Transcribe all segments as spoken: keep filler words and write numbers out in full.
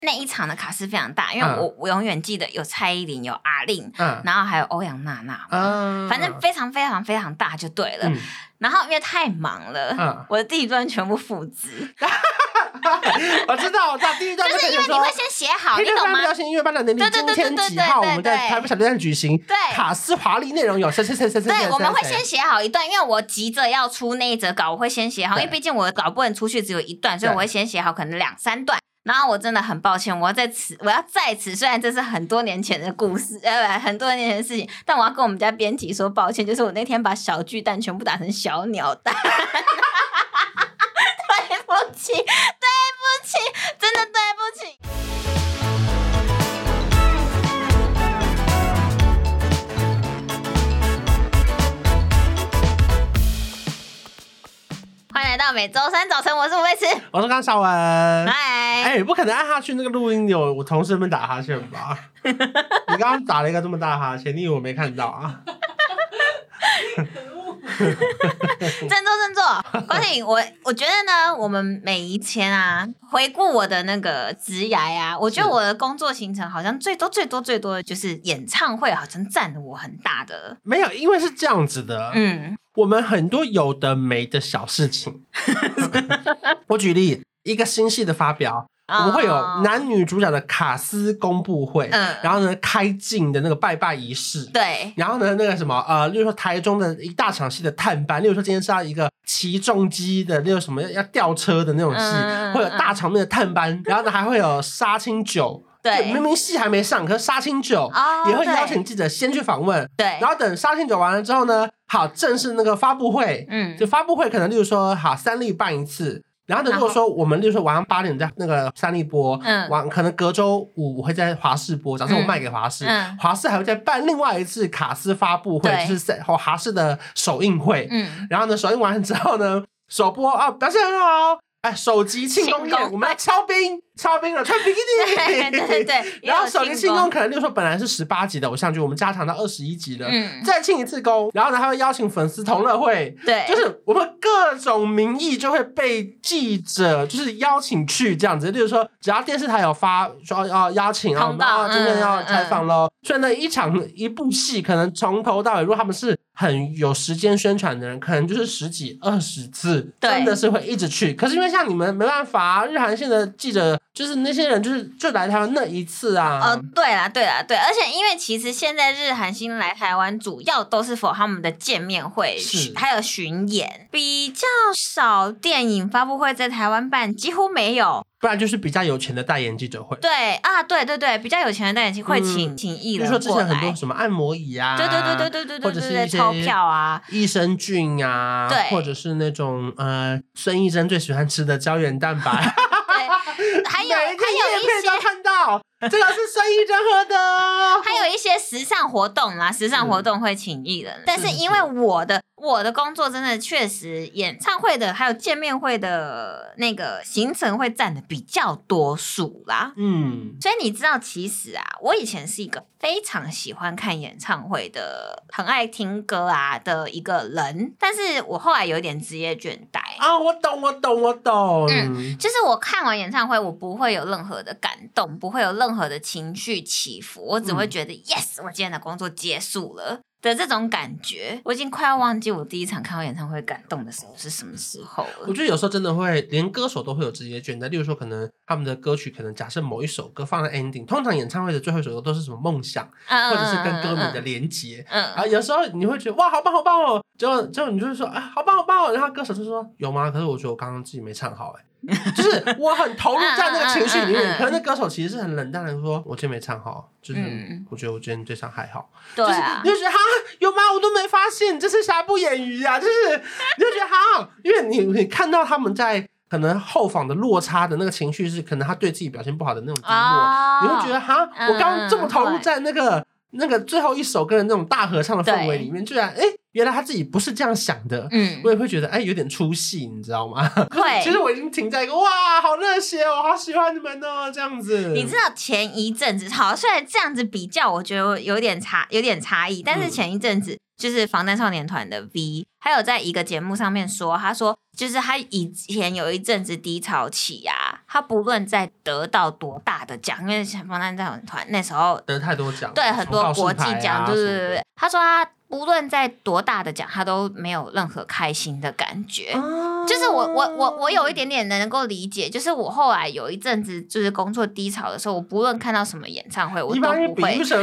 那一场的卡司非常大，因为我、嗯、我永远记得有蔡依林，有阿令、 嗯， 然后还有欧阳娜娜， 嗯， 反正非常非常非常大就对了。 嗯、 然后因为太忙了， 嗯、 我的第一段全部复制。 我知道，我知道，第一段就是因为你会先写好，你懂吗？ 流行音乐班的年龄今天几号，我们在台北小巨蛋举行。 对， 卡司华丽内容有谁谁谁谁谁。 对，我们会先写好一段，因为我急着要出那一则稿，我会先写好，因为毕竟我的稿不能出去只有一段，所以我会先写好，可能两三段。然后我真的很抱歉，我要在此，我要在此，虽然这是很多年前的故事，呃，很多年前的事情，但我要跟我们家编辑说抱歉，就是我那天把小巨蛋全部打成小鸟蛋。对不起，对不起，真的对不起。欢迎来到每周三早晨，我是吴慧慈， 我是刚小文。 嗨， 哎，不可能按下去那个录音有我同事们打哈欠吧？你刚刚打了一个这么大哈欠，你以为我没看到啊？ 振作振作，关婷，我我觉得呢，我们每一天啊，回顾我的那个职涯啊，我觉得我的工作行程好像最多最多最多的就是演唱会，好像占了我很大的。 没有，因为是这样子的， 嗯， 我们很多有的没的小事情。我举例，一个新戏的发表。我们会有男女主角的卡司公布会，嗯，然后呢开镜的那个拜拜仪式， 对， 然后呢那个什么呃，例如说台中的一大场戏的探班，例如说今天是要一个骑重机的，例如什么要吊车的那种戏，嗯、会有大场面的探班，嗯、然后呢还会有杀青酒。 对， 明明戏还没上，可是杀青酒、哦、也会邀请记者先去访问， 对， 然后等杀青酒完了之后呢，好正式那个发布会，嗯，就发布会可能例如说好三立办一次。然后呢，如果说我们例如说晚上八点在那个三立播，嗯，晚可能隔周五我会在华视播，假设我卖给华视，嗯，华视还会再办另外一次卡司发布会，就是华视的首映会，嗯，然后呢，首映完之后呢，首播啊表现很好，哎，首集庆功宴我们要敲冰。超冰了，穿比基尼， 对对对对。 然后首集庆功可能就是说本来是十八集的偶像剧，我们加长到二十一集了，嗯，再庆一次功，然后呢还会邀请粉丝同乐会， 对， 就是我们各种名义就会被记者就是邀请去这样子，例如说只要电视台有发说要邀请啊，啊今天要采访咯、嗯嗯、所以呢一场一部戏可能从头到尾，如果他们是很有时间宣传的人，可能就是十几二十次，真的是会一直去。可是因为像你们没办法啊，日韩线的记者。就是那些人就是就来台湾那一次啊。 呃，对啦对啦对，而且因为其实现在日韩星来台湾主要都是 for 他们的见面会，还有巡演，比较少电影发布会在台湾办，几乎没有。 不然就是比较有钱的代言记者会。 对啊，对对对，比较有钱的代言记者会请、嗯、请艺人过来。 比如说之前很多什么按摩椅啊， 对对对对对对对， 或者是一些钞票啊， 益生菌啊， 对， 或者是那种呃孙艺珍最喜欢吃的胶原蛋白。 对，还有还有一些都看到。这个是孙艺珍喝的， 还有一些时尚活动啦，时尚活动会请艺人，但是因为我的我的工作真的确实演唱会的还有见面会的那个行程会占的比较多数啦，嗯，所以你知道其实啊，我以前是一个非常喜欢看演唱会的，很爱听歌啊的一个人，但是我后来有点职业倦怠啊，我懂我懂我懂， 嗯，就是我看完演唱会我不会有任何的感动，不会有任何任何的情绪起伏，我只会觉得、嗯、yes 我今天的工作结束了的这种感觉。我已经快要忘记我第一场看到演唱会感动的时候是什么时候了。 我觉得有时候真的会连歌手都会有职业倦怠，例如说可能他们的歌曲可能假设某一首歌放在 ending， 通常演唱会的最后一首歌都是什么梦想、嗯、或者是跟歌迷的连结、嗯、然后有时候你会觉得哇好棒好棒哦，结果结果你就会说啊好棒好棒哦，然后歌手就说有吗？可是我觉得我刚刚自己没唱好哎、欸就是我很投入在那个情绪里面、嗯嗯嗯嗯、可是那歌手其实是很冷淡的说我今天没唱好，就是我觉得我今天这场还好、嗯、 对啊， 就是你就觉得哈有吗我都没发现，这是瑕不掩瑜啊，就是你就觉得哈因为你你看到他们在可能后访的落差的那个情绪是可能他对自己表现不好的那种低落、哦、你会觉得哈我刚刚这么投入在那个、嗯、那个最后一首歌的那种大合唱的氛围里面，居然哎原来他自己不是这样想的，嗯，我也会觉得哎有点出戏，你知道吗？ 会， 其实我已经停在一个哇好热血哦，好喜欢你们哦这样子。 你知道前一阵子好，虽然这样子比较我觉得有点差有点差异，但是前一阵子、嗯、就是防弹少年团的 V 还有在一个节目上面说，他说就是他以前有一阵子低潮期啊， 他不论在得到多大的奖，因为防弹少年团那时候得太多奖， 对很多国际奖，对对对对。他说他不论在多大的奖，他都没有任何开心的感觉。哦、就是我我我我有一点点能够理解，就是我后来有一阵子就是工作低潮的时候，我不论看到什么演唱会，我都不会。我刚刚我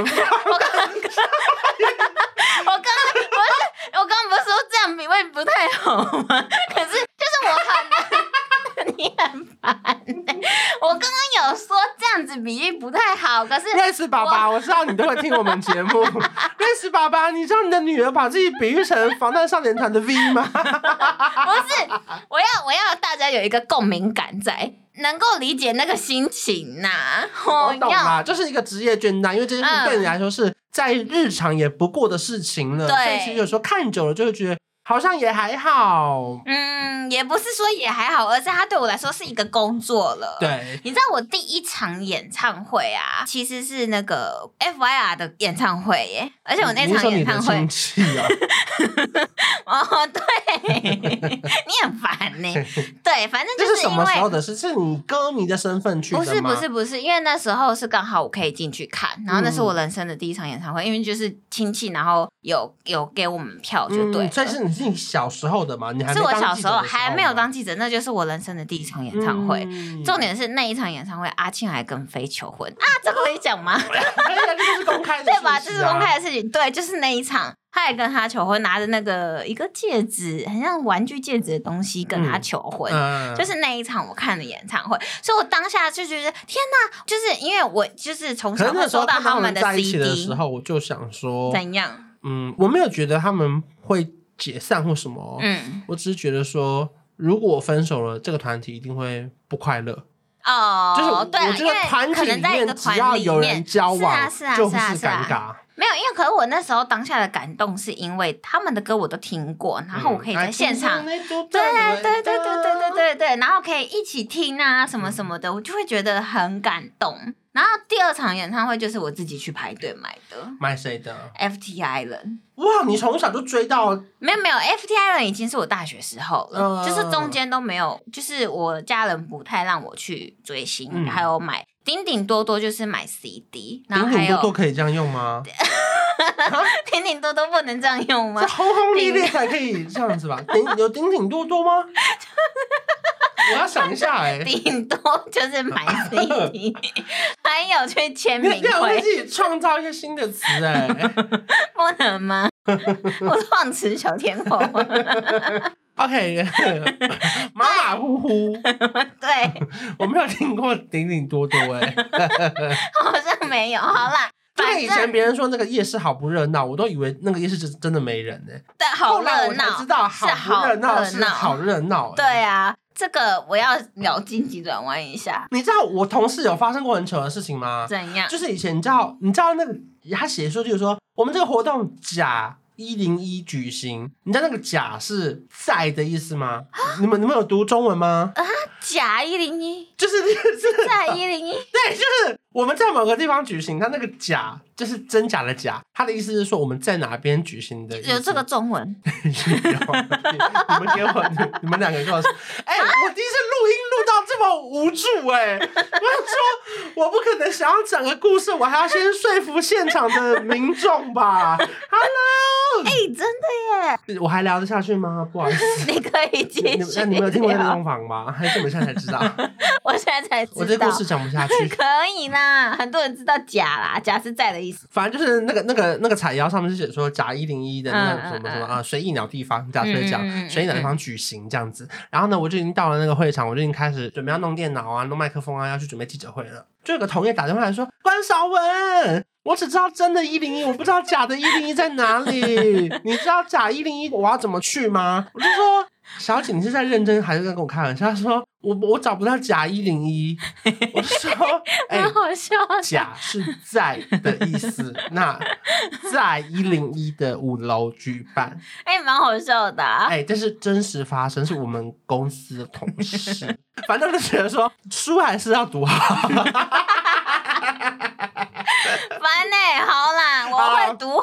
刚我刚刚不是说这样比味不太好吗？可是就是我很你很烦、欸。我刚刚有说这样子比喻不太好，可是瑞斯爸爸，我知道你都会听我们节目。瑞斯爸爸，你知道你的女儿把自己比喻成防弹少年团的 V 吗？不是，我要我要大家有一个共鸣感在。能够理解那个心情呐、啊， 我懂啦，就是一个职业倦怠，因为这件事对你来说是在日常也不过的事情了，嗯、所以其实有时候看久了就会觉得好像也还好。 嗯，也不是说也还好，而是它对我来说是一个工作了。 对， 你知道我第一场演唱会啊，其实是那个 F Y R 的演唱会耶，而且我那场演唱会， 你说你的亲戚啊？ 哦，对，你很烦呢。对，反正就是因为这是什么时候的事？是你歌迷的身份去的吗？ 不是不是不是，因为那时候是刚好我可以进去看，然后那是我人生的第一场演唱会，嗯、因为就是亲戚，然后有有给我们票就对了、嗯。 所以是你是你小时候的吗？你还没当记者的时候吗？ 是我小时候还没有当记者，那就是我人生的第一场演唱会。嗯、重点是那一场演唱会，阿庆还跟飞求婚啊，这个可以讲吗？ 可以啊，这是公开的事情、啊， 对吧？这是公开的事情，对，就是那一场。他还跟他求婚，拿着那个一个戒指，很像玩具戒指的东西跟他求婚、嗯嗯、就是那一场我看的演唱会，所以我当下就觉得天哪，就是因为我就是从小会收到他们的 C D， 在一起的时候我就想说怎样， 嗯，我没有觉得他们会解散或什么，嗯，我只是觉得说如果我分手了，这个团体一定会不快乐。 哦， 就是我对， 觉得团体里面只要有人交往，是啊是啊就是尴尬。 没有，因为可是我那时候当下的感动是因为他们的歌我都听过，然后我可以在现场，嗯、对对对对对对对对，然后可以一起听啊什么什么的，我就会觉得很感动。然后第二场演唱会就是我自己去排队买的， 买谁的 ？F T Island。 哇，你从小就追到？ 没有没有 ，F T Island 已经是我大学时候了，呃、就是中间都没有，就是我家人不太让我去追星，嗯、还有买顶顶多多就是买 C D， 然后还有顶顶多多可以这样用吗？ 顶顶多多不能这样用吗？ 轰轰烈烈才可以这样子吧？顶有顶顶多多吗？我要想一下哎、欸， 顶多就是买 C D， 还有去签名会， 你要自己创造一些新的词哎、欸， 不能吗？我创词小天后。 OK， 马马虎虎， 对， 我没有听过顶顶多多哎、 欸，好像没有。好啦。 就是以前别人说那个夜市好不热闹，我都以为那个夜市真真的没人呢、欸。 对，好热闹。后来我才知道好不热闹是好热闹、欸。 对啊，这个我要脑筋急转弯一下。 你知道我同事有发生过很糗的事情吗？ 怎样？就是以前你知道，你知道那个他写说，就是说我们这个活动甲一零一举行，你知道那个甲是在的意思吗？你们你们有读中文吗？ 啊，甲一零一就是就是在一零一， 对，就是我们在某个地方举行，它那个甲就是真假的假，它的意思是说我们在哪边举行的意思。 有这个中文？ 你们给我，你, 你们两个给我说，哎、欸，我第一次录音录到这么无助哎、欸，我想说我不可能想要讲个故事，我还要先说服现场的民众吧。Hello， 哎、欸，真的耶，我还聊得下去吗？不好意思， 你可以继续。 那你们有听过那个工坊吗？还是我们现在才知道？ 我现在才知道， 我这故事讲不下去。 可以啦，很多人知道甲啦，甲是在的意思。 反正就是那个那个那个彩腰上面是写说甲一零一的那个什么什么啊随意鸟地方，这样所以讲随意鸟地方举行这样子。然后呢，我就已经到了那个会场，我就已经开始准备要弄电脑啊、弄麦克风啊，要去准备记者会了。就有个同业打电话来说：“关韶文，我只知道真的一零一，我不知道假的一零一在哪里。你知道假一零一我要怎么去吗？”我就说：“小姐，你是在认真还是在跟我开玩笑？”他说：“我我找不到假一零一。”我就说：“哎、欸， 好笑。 假是在的意思，那在一零一的五楼举办。” 哎、欸，蛮好笑的、啊。 哎、欸，这是真实发生，是我们公司的同事。反正就觉得说，书还是要读好。烦呢、欸，好啦，我会读好。 好，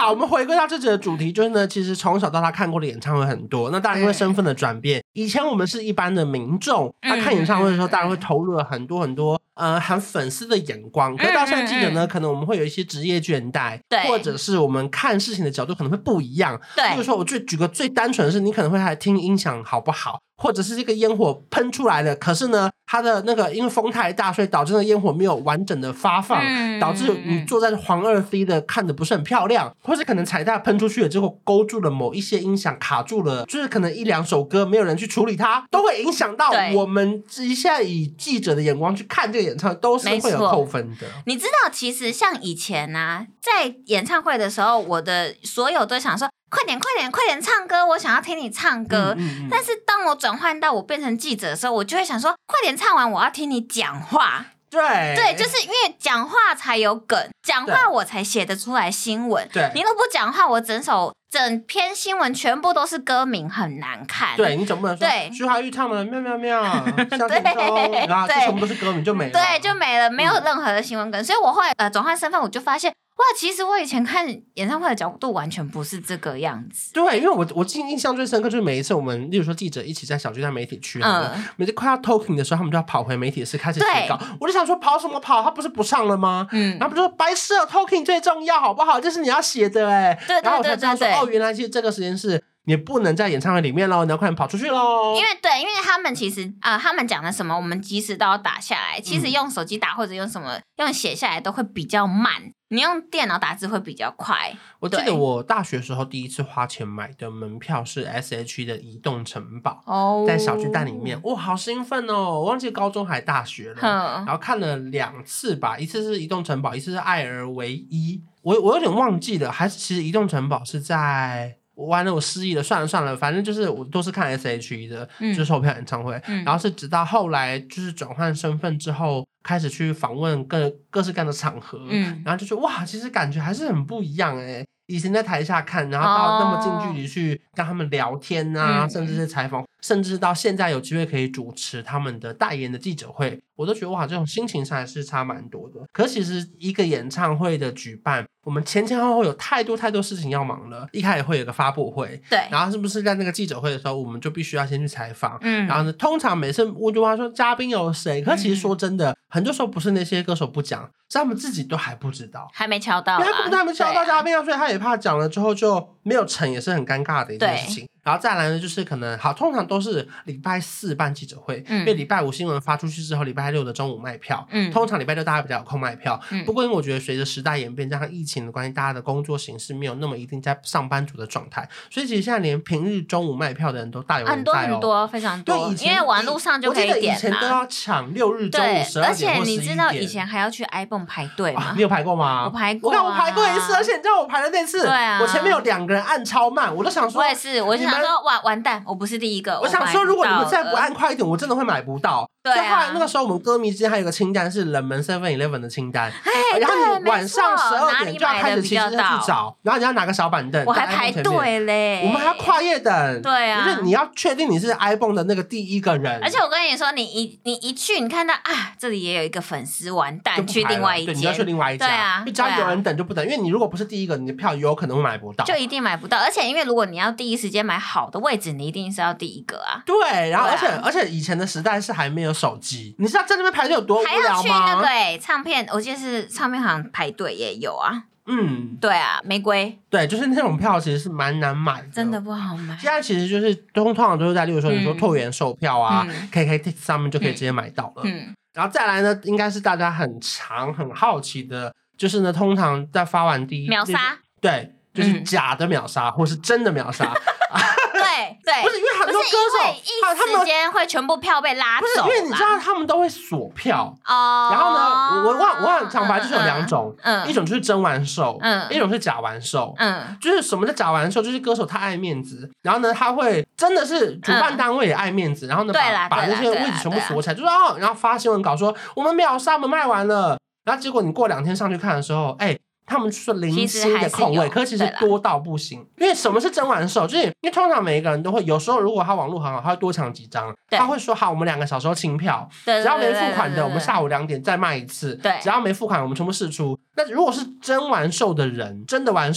好，我们回归到这集的主题，就是呢，其实从小到大看过的演唱会很多，那当然因为身份的转变，嗯、以前我们是一般的民众，那、嗯、看演唱会的时候，当然会投入了很多很多呃很粉丝的眼光。可是到现在记者呢、嗯，可能我们会有一些职业倦怠，对，或者是我们看事情的角度可能会不一样。对，比如说我就举个最单纯的是，你可能会还听音响好不好，或者是这个烟火喷出来了，可是呢，它的那个因为风太大，所以导致那个烟火没有完整的发放，嗯、导致你坐在黄二 C 的看的不是很漂亮，或者可能彩带喷出去了之后勾住了某一些音响，卡住了，就是可能一两首歌没有人去处理它，都会影响到我们一下以记者的眼光去看这个演唱会，都是会有扣分的。 你知道，其实像以前啊，在演唱会的时候，我的所有都想说。快点快点快点唱歌，我想要听你唱歌、嗯嗯嗯、但是当我转换到我变成记者的时候，我就会想说快点唱完，我要听你讲话。 对对，就是因为讲话才有梗，讲话我才写得出来新闻。对，你如果不讲话，我整首整篇新闻全部都是歌名，很难看。 对，你总不能说徐怀钰唱的妙妙妙向前冲，然后这全部都是歌名就没了。 对，就没了，没有任何的新闻梗、嗯、所以我后来呃转换身份，我就发现哇，其实我以前看演唱会的角度完全不是这个样子。 对，因为我我记印象最深刻就是每一次我们例如说记者一起在小巨蛋媒体区、嗯、每次快要 talking 的时候，他们就要跑回媒体室开始写稿。我就想说跑什么跑，他不是不上了吗？嗯，然后不是说白痴 talking 最重要好不好，这是你要写的哎、欸。对对对对对，然后我才知道说哦，原来其实这个时间是你不能在演唱会里面咯，你要快点跑出去咯。 因为对，因为他们其实啊、呃，他们讲的什么我们即时都要打下来，其实用手机打或者用什么用写下来都会比较慢，你用电脑打字会比较快。 我记得我大学时候第一次花钱买的门票是 S H E 的移动城堡、oh. 在小巨蛋里面，哇，好兴奋哦！我忘记高中还大学了，然后看了两次吧，一次是移动城堡，一次是爱尔唯一，我我有点忘记了，还是其实移动城堡是在。我完了，我失忆了，算了算了，反正就是我都是看 S H E 的，嗯、就是售票演唱会、嗯，然后是直到后来就是转换身份之后，开始去访问各各式各样的场合，嗯，然后就觉得哇，其实感觉还是很不一样哎。以前在台下看，然后到那么近距离去跟他们聊天啊，哦、甚至是采访，甚至到现在有机会可以主持他们的代言的记者会，我都觉得哇，这种心情上还是差蛮多的。可是其实一个演唱会的举办，我们前前后后有太多太多事情要忙了。一开始会有个发布会，对，然后是不是在那个记者会的时候，我们就必须要先去采访，嗯，然后呢，通常每次我就问说嘉宾有谁，可是其实说真的、嗯，很多时候不是那些歌手不讲，是他们自己都还不知道， 还没敲到啦， 因为他根本还没敲到嘉宾啊，所以他也怕讲了之后就没有成，也是很尴尬的一件事情。然后再来呢，就是可能好，通常都是礼拜四办记者会，嗯、因为礼拜五新闻发出去之后，礼拜六的中午卖票，嗯，通常礼拜六大家比较有空卖票。嗯、不过因为我觉得随着时代演变，加上疫情的关系，大家的工作形式没有那么一定在上班族的状态，所以其实现在连平日中午卖票的人都大有人在哦， 很多很多，非常多。因为网络上就可以点、啊、我记得以前都要抢六日中午十二点或十一点，而且你知道以前还要去 iPhone 排队吗、啊？ 你有排过吗？ 我排过、啊， 我看我排过一次，而且你知道我排的那次，对啊，我前面有两个人按超慢，我都想说， 我也是，我就想说哇完蛋。我不是第一个， 我想说，如果你们再不按快一点，我真的会买不到。对、啊，所以后来那个时候，我们歌迷之间还有一个清单是冷门 seven eleven 的清单，然后你晚上十二点就要开始骑车去找，然后你要拿个小板凳， 我还排队嘞， 我们还要跨夜等。 对啊， 就是你要确定你是 iPhone 的那个第一个人。 而且我跟你说，你一你一去，你看到啊，这里也有一个粉丝，完蛋，去另外一间， 对，你要去另外一家。 对啊， 只要有人等就不等，因为你如果不是第一个，你的票有可能会买不到， 就一定买不到。而且因为如果你要第一时间买好的位置，你一定是要第一个啊。 对，然后而且、啊、而且以前的时代是还没有手机，你知道在那边排队有多无聊吗？ 还要去那个、欸、唱片，我记得是唱片行排队也有啊。嗯，对啊，玫瑰， 对，就是那种票其实是蛮难买的， 真的不好买。 现在其实就是通常都是在，例如说你说拓元售票啊、嗯、K K T X 上面就可以直接买到了。嗯，然后再来呢，应该是大家很常很好奇的，就是呢，通常在发完第一秒杀， 对，就是假的秒杀、嗯、或是真的秒杀。 对对， 不是因为很多歌手一时间会全部票被拉走， 不是因为你知道他们都会锁票哦。然后呢，我我忘我忘讲白就是有两种，嗯，一种就是真完售，嗯，一种是假完售，嗯，就是什么叫假完售？就是歌手他爱面子，然后呢他会真的是主办单位也爱面子，然后呢把把那些位置全部锁起来，就说哦，然后发新闻稿说我们秒杀，我们卖完了，然后结果你过两天上去看的时候，哎。他们说零星的空位，可是其实多到不行。因为什么是真完售？就是因为通常每一个人都会，有时候如果他网络很好，他会多抢几张。他会说好，我们两个小时后清票，只要没付款的，我们下午两点再卖一次。只要没付款，我们全部释出。那如果是真完售的人，真的完售，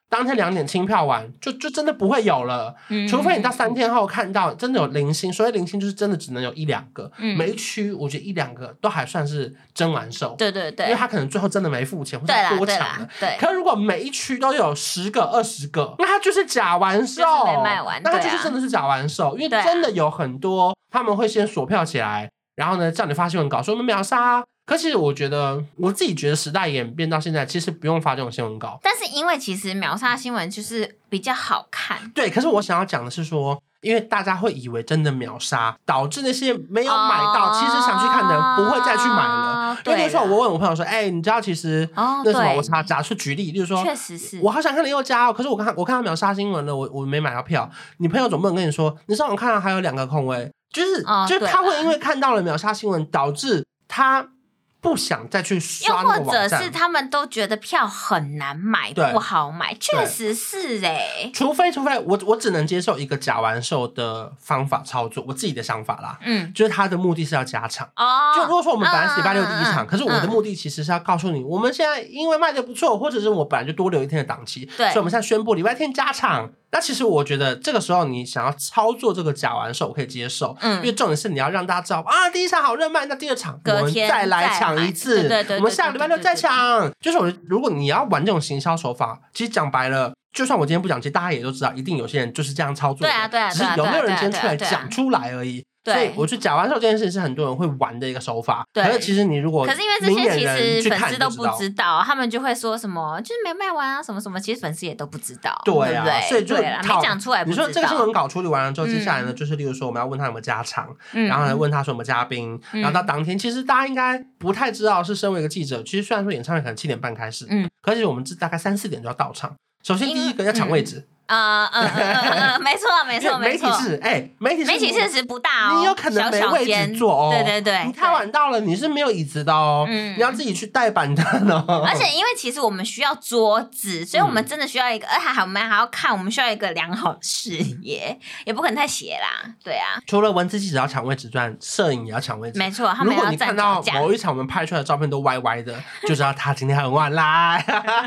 当天两点清票完，就就真的不会有了。嗯、除非你到三天后看到真的有零星，所谓零星就是真的只能有一两个。嗯、每一区我觉得一两个都还算是真完售。 对对对， 因为他可能最后真的没付钱，或者多抢了。 对， 可是如果每一区都有十个、二十个，那他就是假完售， 就是没卖完， 那他就是真的是假完售，因为真的有很多他们会先锁票起来，然后呢叫你发新闻稿说我们秒杀。可其实我觉得，我自己觉得时代演变到现在，其实不用发这种新闻稿。 但是因为其实秒杀新闻就是比较好看。 对，可是我想要讲的是说，因为大家会以为真的秒杀，导致那些没有买到，哦、其实想去看的人不会再去买了。因为比如说，我问我朋友说：“哎、欸，你知道其实那什么？”我查假设举例，例如说， 确实是， 我好想看林宥嘉哦，可是我看我看到秒杀新闻了，我我没买到票。你朋友总不能跟你说，你上网看到还有两个空位，就是、哦、就是他会因为看到了秒杀新闻，导致他不想再去刷那个网站， 又或者是他们都觉得票很难买，不好买，确实是哎、欸。 除非除非我我只能接受一个假完售的方法操作，我自己的想法啦，嗯，就是他的目的是要加场哦。就如果说我们本来是礼拜六第一场，嗯、可是我的目的其实是要告诉你，嗯、我们现在因为卖的不错，或者是我本来就多留一天的档期，对，所以我们现在宣布礼拜天加场。那其实我觉得这个时候你想要操作这个假完售，我可以接受，嗯，因为重点是你要让大家知道啊，第一场好热卖，那第二场我们再来抢一次， 对对对， 我们下个礼拜六再抢。就是我，如果你要玩这种行销手法，其实讲白了，就算我今天不讲，其实大家也都知道，一定有些人就是这样操作的， 对啊对啊， 只是有没有人今天出来讲出来而已。所以我觉得假完售这件事是很多人会玩的一个手法，可是其实你如果可是因为这些其实粉丝都不知道，他们就会说什么就是没卖完啊什么什么，其实粉丝也都不知道， 对啊， 对对所以就没讲出来不知道。 你说这个新闻稿处理完了之后，嗯、接下来呢就是例如说我们要问他有没有加场，嗯、然后呢问他说有没有嘉宾，嗯、然后到当天其实大家应该不太知道是身为一个记者，其实虽然说演唱会可能七点半开始，嗯，可是我们大概三四点就要到场。首先第一个要抢位置。嗯啊嗯嗯嗯，没错没错没错， 媒体室哎，媒体室媒体室实不大哦， 你有可能没位置坐哦， 对对对， 你太晚到了，你是没有椅子的哦，嗯，你要自己去带板凳哦。 而且因为其实我们需要桌子，所以我们真的需要一个，而且还我们还要看，我们需要一个良好视野，也不可能太斜啦，对啊。 除了文字记者要抢位置之外，摄影也要抢位置， 没错，他们如果你看到某一场我们拍出来的照片都歪歪的，就知道他今天很晚来，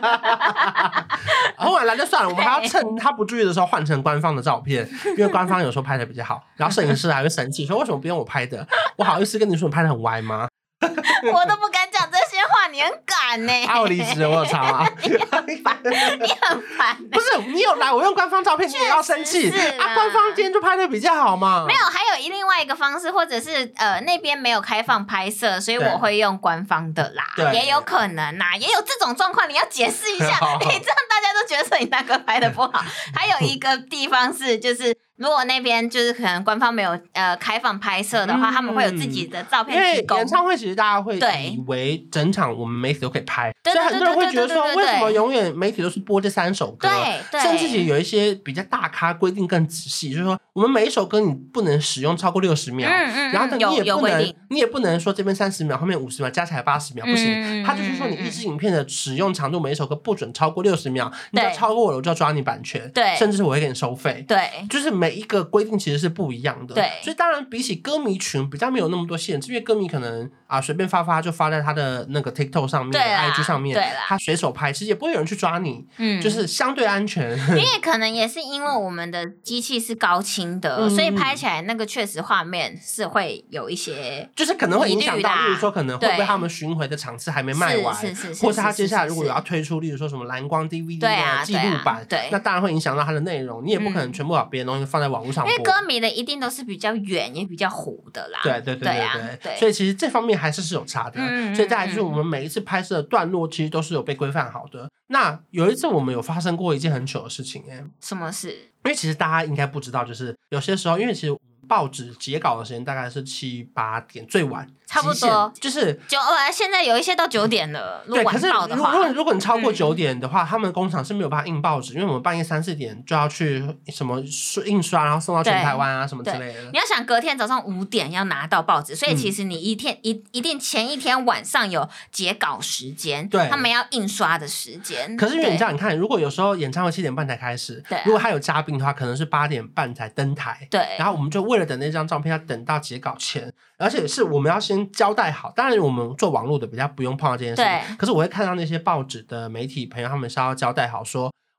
很晚来就算了，我们还要趁他不注意的时候换成官方的照片，因为官方有时候拍的比较好，然后摄影师还会生气说为什么不用我拍的，我好意思跟你说你拍的很歪吗？ 我都不敢讲这些话，你很敢呢、欸。 啊，我离职了，我有查啊。 你很烦，你很烦、欸。 不是你有来，我用官方照片，你也要生气啊？官方今天就拍的比较好嘛。 没有，还有另外一个方式，或者是呃那边没有开放拍摄，所以我会用官方的啦，也有可能啦，也有这种状况，你要解释一下，你这样大家都觉得你那个拍的不好。还有一个地方是就是。如果那边就是可能官方没有呃开放拍摄的话、嗯，他们会有自己的照片提供。 因为演唱会其实大家会以为整场我们媒体都可以拍，所以很多人会觉得说，为什么永远媒体都是播这三首歌？ 对， 甚至有一些比较大咖规定更仔细，就是说我们每一首歌你不能使用超过六十秒，嗯嗯，然后你也不能你也不能说这边三十秒，后面五十秒，加起来八十秒，不行。嗯、他就是说你一支影片的使用长度，每一首歌不准超过六十秒，你要超过我，我就要抓你版权，对，甚至是我会给你收费， 对， 就是每一个规定其实是不一样的，对，所以当然比起歌迷群比较没有那么多限制，因为歌迷可能啊随便发发就发在他的那个 TikTok 上面、I G 上面，他随手拍，其实也不会有人去抓你，嗯，就是相对安全。 因为可能也是因为我们的机器是高清的，嗯、所以拍起来那个确实画面是会有一些， 就是可能会影响到，例如说可能会不会他们巡回的场次还没卖完， 是是是， 或是他接下来如果有要推出，例如说什么蓝光 D V D 的记录版，对，那当然会影响到它的内容，你也不可能全部把别的东西放在网络上播， 因为歌迷的一定都是比较远也比较糊的啦， 对对对对 对, 对, 对，所以其实这方面还是是有差的，嗯、所以再来就是我们每一次拍摄的段落其实都是有被规范好的。那有一次我们有发生过一件很糗的事情，哎， 什么事？ 因为其实大家应该不知道，就是有些时候，因为其实报纸截稿的时间大概是七八点最晚， 差不多就是九呃，现在有一些到九点了。 对，可是如果如果你超过九点的话、嗯，他们工厂是没有办法印报纸，因为我们半夜三四点就要去什么印刷，然后送到全台湾啊什么之类的。 你要想隔天早上五点要拿到报纸，所以其实你一天、嗯、一一定前一天晚上有截稿时间，对，他们要印刷的时间。 可是因为你这样，你看，如果有时候演唱会七点半才开始，对、啊，如果他有嘉宾的话，可能是八点半才登台，对，然后我们就为了等那张照片，要等到截稿前，而且是我们要先交代好。当然我们做网络的比较不用碰到这件事情，可是我会看到那些报纸的媒体朋友，他们是要交代好说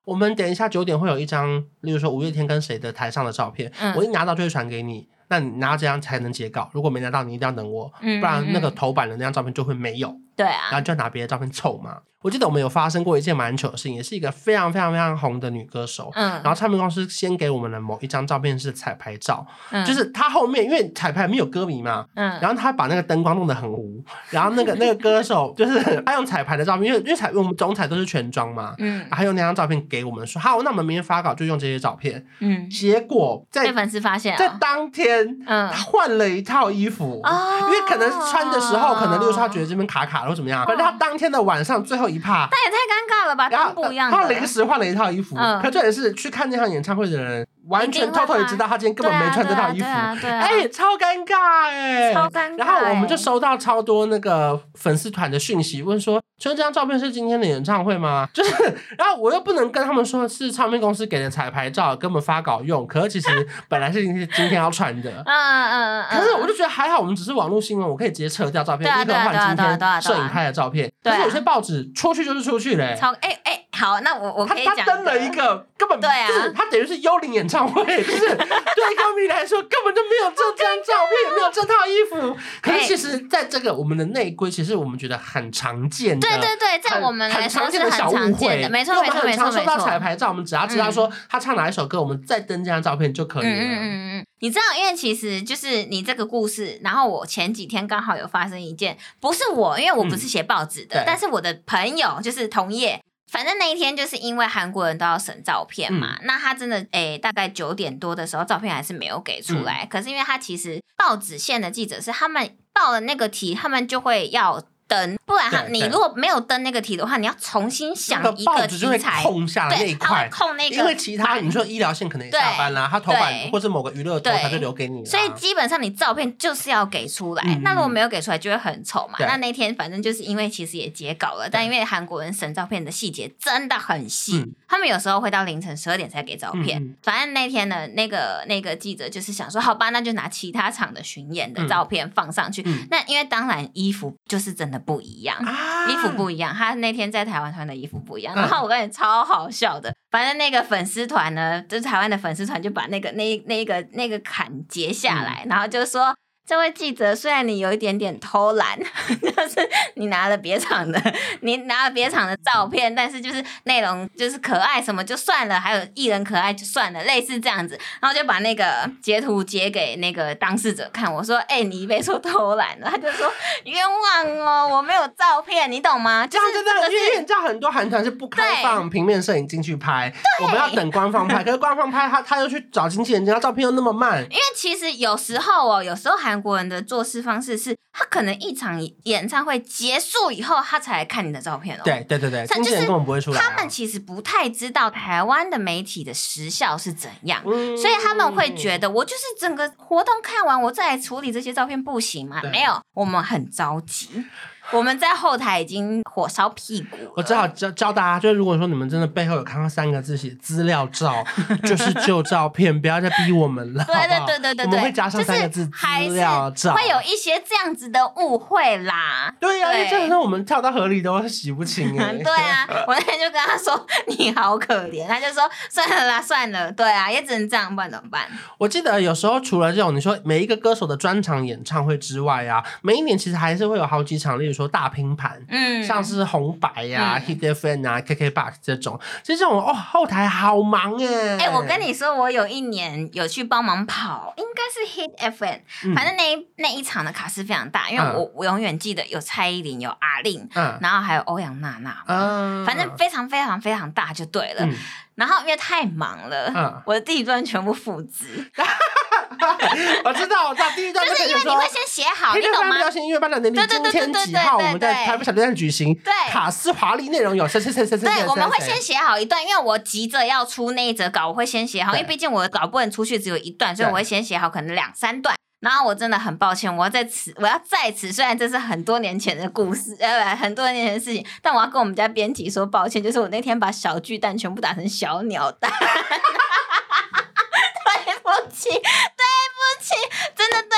我们等一下九点会有一张，例如说五月天跟谁的台上的照片，嗯、我一拿到就会传给你。那你拿到这张才能截稿，如果没拿到，你一定要等我，嗯嗯嗯不然那个头版的那张照片就会没有。 对啊， 然后就拿别的照片凑嘛。我记得我们有发生过一件蛮糗的事情，也是一个非常非常非常红的女歌手，嗯，然后唱片公司先给我们的某一张照片是彩排照，嗯，就是她后面因为彩排没有歌迷嘛，嗯，然后她把那个灯光弄得很糊，然后那个那个歌手就是她用彩排的照片，因为因为彩我们总彩都是全妆嘛，嗯，然后她用那张照片给我们说，好，那我们明天发稿就用这些照片，嗯，结果在被粉丝发现， 在当天，嗯，她换了一套衣服，哦，因为可能穿的时候，可能例如说她觉得这边卡卡或怎么样，反正她当天的晚上最后一趴， 那也太尴尬了吧，灯不一样的， 她临时换了一套衣服，嗯，可这也是去看那场演唱会的人完全偷偷也知道他今天根本没穿这套衣服，哎、欸，超尴尬哎、欸， 超尴尬。 然后我们就收到超多那个粉丝团的讯息，问说，请问这张照片是今天的演唱会吗？就是，然后我又不能跟他们说是唱片公司给的彩排照，给我们发稿用，可是其实本来是今天要传的，嗯嗯嗯。可是我就觉得还好，我们只是网络新闻，我可以直接撤掉照片，立刻换今天摄影拍的照片。可是有些报纸出去就是出去嘞、欸， 超哎哎。欸好，那我我可以讲， 他登了一个根本对啊， 就是他等于是幽灵演唱会，就是对歌迷来说根本就没有这张照片，也没有这套衣服。可是其实在这个我们的内规，其实我们觉得很常见的， 对对对，在我们来说是很常见的，没错没错没错。 常收到彩排照，我们只要知道说他唱哪一首歌，我们再登这张照片就可以了。嗯嗯嗯嗯，你知道，因为其实就是你这个故事，然后我前几天刚好有发生一件，不是我，因为我不是写报纸的，但是我的朋友就是同业。反正那一天就是因为韩国人都要审照片嘛，嗯、那他真的诶、欸，大概九点多的时候，照片还是没有给出来。嗯、可是因为他其实报纸线的记者是他们报了那个题，他们就会要登，不然他你如果没有登那个题的话，你要重新想一个题材， 空下来那一块， 空那个， 因为其他你说医疗线可能也下班啦，他头版或者某个娱乐头他就留给你了， 所以基本上你照片就是要给出来，嗯、那如果没有给出来就会很丑嘛。那那天反正就是因为其实也截稿了，但因为韩国人审照片的细节真的很细，嗯、他们有时候会到凌晨十二点才给照片。嗯、反正那天呢，那个那个记者就是想说，好吧，那就拿其他场的巡演的照片放上去。嗯、那因为当然衣服就是真的不一样。啊、衣服不一样，他那天在台湾穿的衣服不一样，然后我感觉超好笑的。反正那个粉丝团呢，就是台湾的粉丝团，就把那个那那个那个坎截下来，嗯、然后就说。这位记者，虽然你有一点点偷懒，就是你拿了别场的，你拿了别场的照片，但是就是内容就是可爱什么就算了，还有艺人可爱就算了，类似这样子，然后就把那个截图截给那个当事者看，我说，哎、欸，你被说偷懒了，他就说冤枉哦，我没有照片，你懂吗？ 这样真的，因为你知道很多韩团是不开放平面摄影进去拍，我们要等官方拍，可是官方拍他他又去找经纪人，然后照片又那么慢， 因为其实有时候哦，有时候韩。韩国人的做事方式是，他可能一场演唱会结束以后，他才来看你的照片哦。 对对对对，经纪人根本不会出来、啊。 他们其实不太知道台湾的媒体的时效是怎样，嗯、所以他们会觉得，我就是整个活动看完，我再来处理这些照片不行吗？没有，我们很着急。我们在后台已经火烧屁股了。 我只好教教大家，就是如果说你们真的背后有看到三个字写资料照，就是旧照片，不要再逼我们了。 对对对对对， 我们会加上三个字资料照， 会有一些这样子的误会啦。 对呀、啊，因为这个时候我们跳到河里都洗不清哎、欸。 对啊，我那天就跟他说你好可怜，他就说算了啦算了，对啊，也只能这样，不然怎么办？ 我记得有时候除了这种你说每一个歌手的专场演唱会之外啊，每一年其实还是会有好几场，例如说大拼盘，嗯，像是红白呀、啊、嗯、Hit F M 啊、K K Box 这种，其实这种哦后台好忙哎。 哎、欸，我跟你说，我有一年有去帮忙跑，应该是 Hit F M，、嗯、反正那一那一场的卡司非常大，因为我、嗯、我永远记得有蔡依林、有阿令，嗯，然后还有欧阳娜娜，嗯，反正非常非常非常大就对了。嗯、然后因为太忙了，嗯、我的第一段全部复制。 我知道，我知道，第一段就是因为你会先写好，你懂吗？ 流行音乐班的年历今天几号，我们在台北小巨蛋举行。对，卡司华丽内容有谁谁谁谁谁。 对，我们会先写好一段，因为我急着要出那一则稿，我会先写好，因为毕竟我的稿不能出去只有一段，所以我会先写好，可能两三段。然后我真的很抱歉，我要在此，我要在此，虽然这是很多年前的故事，呃，很多年前的事情，但我要跟我们家编辑说抱歉，就是我那天把小巨蛋全部打成小鸟蛋。对不起，对不起，真的对不起，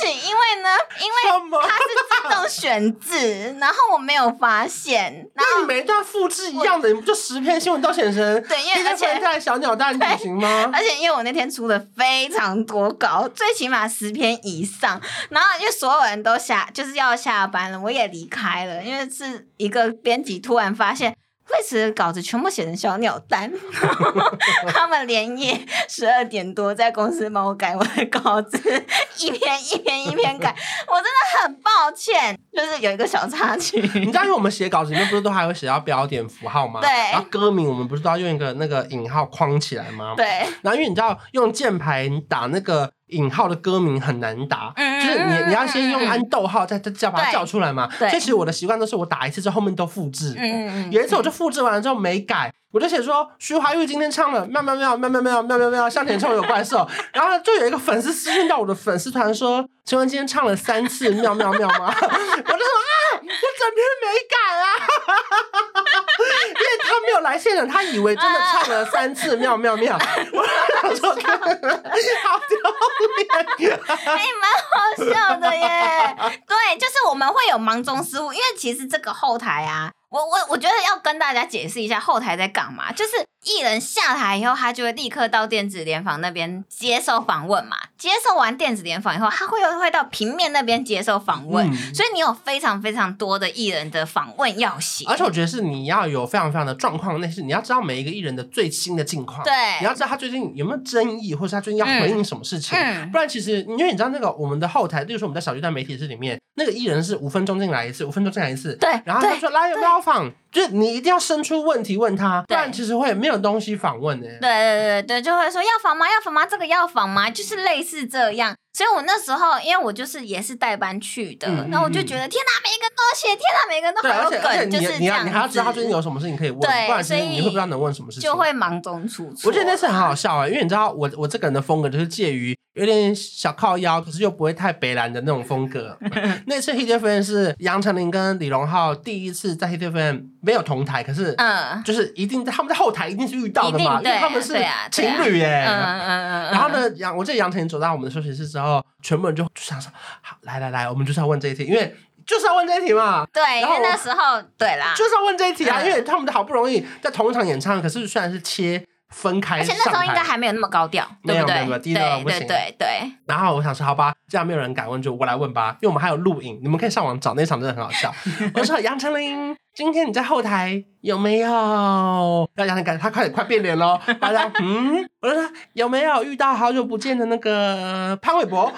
因为呢，因为它是自动选字，然后我没有发现。 那你每一段复制一样的，你不就十篇新闻都写成？ 对，因为而且在小鸟蛋旅行吗？ 而且因为我那天出的非常多稿，最起码十篇以上，然后因为所有人都下就是要下班了，我也离开了，因为是一个编辑突然发现。惠慈的稿子全部写成小鸟蛋，他们连夜十二点多在公司帮我改我的稿子，一篇一篇一篇改，我真的很抱歉，就是有一个小插曲。 你知道，因为我们写稿子里面不是都还会写到标点符号吗？ 对。 然后歌名我们不是都要用一个那个引号框起来吗？ 对。 然后因为你知道用键盘打那个引号的歌名很难打，嗯、就是你你要先用按逗号再再叫把它叫出来嘛。所以其实我的习惯都是我打一次之后后面都复制。嗯、有一次我就复制完了之后没改，我就写说徐怀钰今天唱了喵喵喵喵喵喵喵喵喵向前冲有怪兽，然后就有一个粉丝私讯到我的粉丝团说，请问今天唱了三次喵喵喵吗？我就说啊，我整篇没改啊，因为他没有来现场，他以为真的唱了三次喵喵喵，我就想说好丢脸， 哎，蛮好笑的耶。对，就是我们会有忙中失误，因为其实这个后台啊。我我我觉得要跟大家解释一下后台在干嘛，就是艺人下台以后，他就会立刻到电子联访那边接受访问嘛。接受完电子联访以后，他会会到平面那边接受访问、嗯，所以你有非常非常多的艺人的访问要写。 而且我觉得是你要有非常非常的状况，那是你要知道每一个艺人的最新的近况， 对， 你要知道他最近有没有争议，或者他最近要回应什么事情。嗯、不然其实因为你知道那个我们的后台，例如说我们在小巨蛋媒体室里面，那个艺人是五分钟进来一次，五分钟进来一次， 对， 然后他说来有没有访。就是你一定要生出问题问他，不然其实会没有东西访问的。 对对对对，就会说要访吗？要访吗？这个要访吗？就是类似这样。所以我那时候，因为我就是也是代班去的，然、嗯、后我就觉得天哪，每一个都写，天哪，每一个都好有梗，就是这样子。 你还要知道他最近有什么事情可以问， 对， 不然其实你会不知道能问什么事情， 就会忙中出错。 我觉得那次很好笑啊、欸，因为你知道我我这个人的风格就是介于有点小靠腰，可是又不会太北蓝的那种风格。那次 Hit F M 是杨丞琳跟李荣浩第一次在 Hit F M 没有同台，可是嗯，就是一定他们在后台一定是遇到的嘛，因为他们是情侣耶、欸。嗯嗯嗯。然后呢，杨我记得杨丞琳走到我们的休息室之后，全部人就就想说，好，来来来，我们就是要问这一题，因为就是要问这一题嘛。 对，因为那时候对啦， 就是要问这一题啊，嗯、因为他们好不容易在同一场演唱，可是虽然是切。分开， 而且那时候应该还没有那么高调，对不对？ 没有，低到不行。 对对 对, 对。 然后我想说，好吧，这样没有人敢问，就我来问吧，因为我们还有录影，你们可以上网找，那场真的很好笑。我说杨丞琳，今天你在后台有没有？要杨丞琳，他快快变脸咯。大家嗯，我就说有没有遇到好久不见的那个潘玮柏？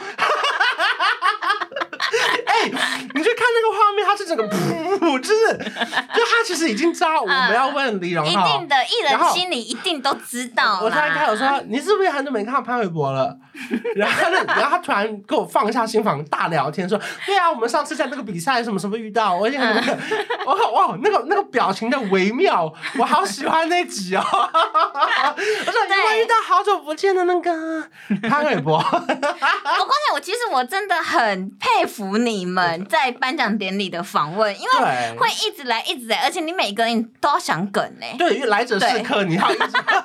哎、欸，你去看那个画面，他是整个噗，就是就他其实已经知道我们要问李荣浩、嗯， 一定的艺人心里一定都知道啦。 我突然开口说：“你是不是很久没看到潘玮柏了？”然后呢，然后他突然跟我放下心房大聊天，说：“对啊，我们上次在那个比赛什么什么遇到，我已经很那个，我靠哇，那个那个表情的微妙，我好喜欢那集哦。”我说：“你会遇到好久不见的那个潘玮柏。”我关键我其实我真的很佩服你们在颁奖典礼的访问，因为会一直来一直来，而且你每个人都要想梗呢、欸。 对，因为来者是客，你要一直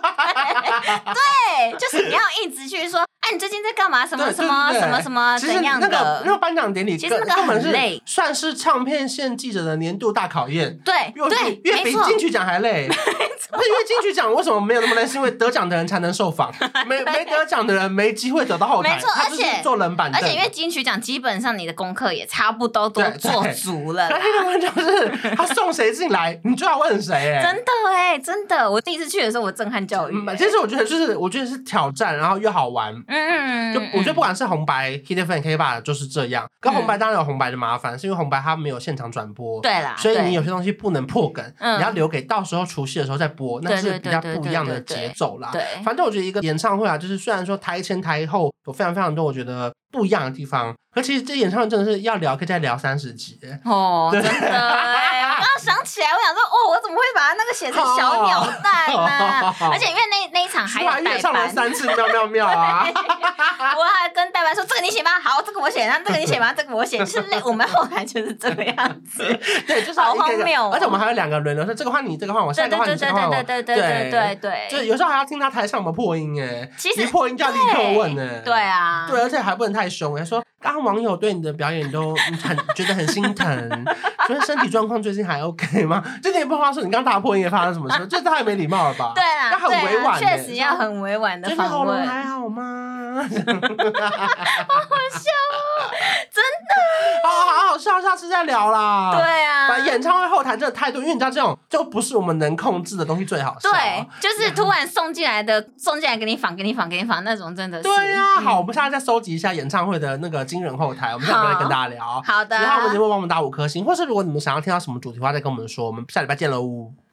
对，就是你要一直去说，哎、啊，你最近在干嘛？什么什么什么什么怎样的？ 其实那个那个颁奖典礼， 其实那个很累， 算是唱片线记者的年度大考验。 对对， 越比金曲奖还累。因为金曲奖为什么没有那么累？是因为得奖的人才能受访，没没得奖的人没机会走到后台。 没错，而且坐冷板凳。 而且因为金曲奖基本上你的功课也差不多都做足了。 他那个就是他送谁进来，你就要问谁哎、欸。 真的哎、欸，真的，我第一次去的时候我震撼教育、欸嗯。其实我觉得就是我觉得是挑战，然后又好玩。嗯，就我觉得不管是红白 Hit F M K 吧就是这样。跟红白当然有红白的麻烦，是因为红白它没有现场转播。 对啦， 所以你有些东西不能破梗，你要留给到时候除夕的时候再播，那是比较不一样的节奏啦。 对， 反正我觉得一个演唱会啊，就是虽然说台前台后有非常非常多我觉得不一样的地方，可其实这演唱会真的是要聊可以再聊三十集哦，真的哎、欸！我刚刚想起来，我想说，哦，我怎么会把它那个写成小鸟蛋呢、啊？而且因为那那一场还有代班， 唱了三次喵喵喵啊！ 我还跟代班说，这个你写吗？好，这个我写，然后这个你写吗？这个我写，就是类我们后来就是这个样子， 对，就是好荒谬、哦。 而且我们还有两个轮流说，这个换你，这个换我，下一个换你，这个换我， 对对对对对对对， 就有时候还要听他台上有没有破音哎， 其实你破音就要立刻问哎， 对啊， 对，而且还不能太凶，还说刚刚网友对你的表演都很觉得很心疼，觉得身体状况最近还 OK 吗？就你也不话说你刚打破音乐发生什么事，这太没礼貌了吧？ 对啊， 要很委婉， 确实要很委婉的访问。 喉咙还好吗？好好笑哦，真的， 好好好笑，下次再聊啦。 对啊， 把演唱会后台这个态度，因为你知道这种就不是我们能控制的东西最好笑。 对，就是突然送进来的，送进来给你访，给你访，给你访那种，真的是。 对啊，好，我们现在再收集一下演唱会的那个惊人后台，我们下礼拜再跟大家聊。 好的， 喜欢我们节目帮我们打五颗星，或是如果你们想要听到什么主题的话，再跟我们说。我们下礼拜见喽。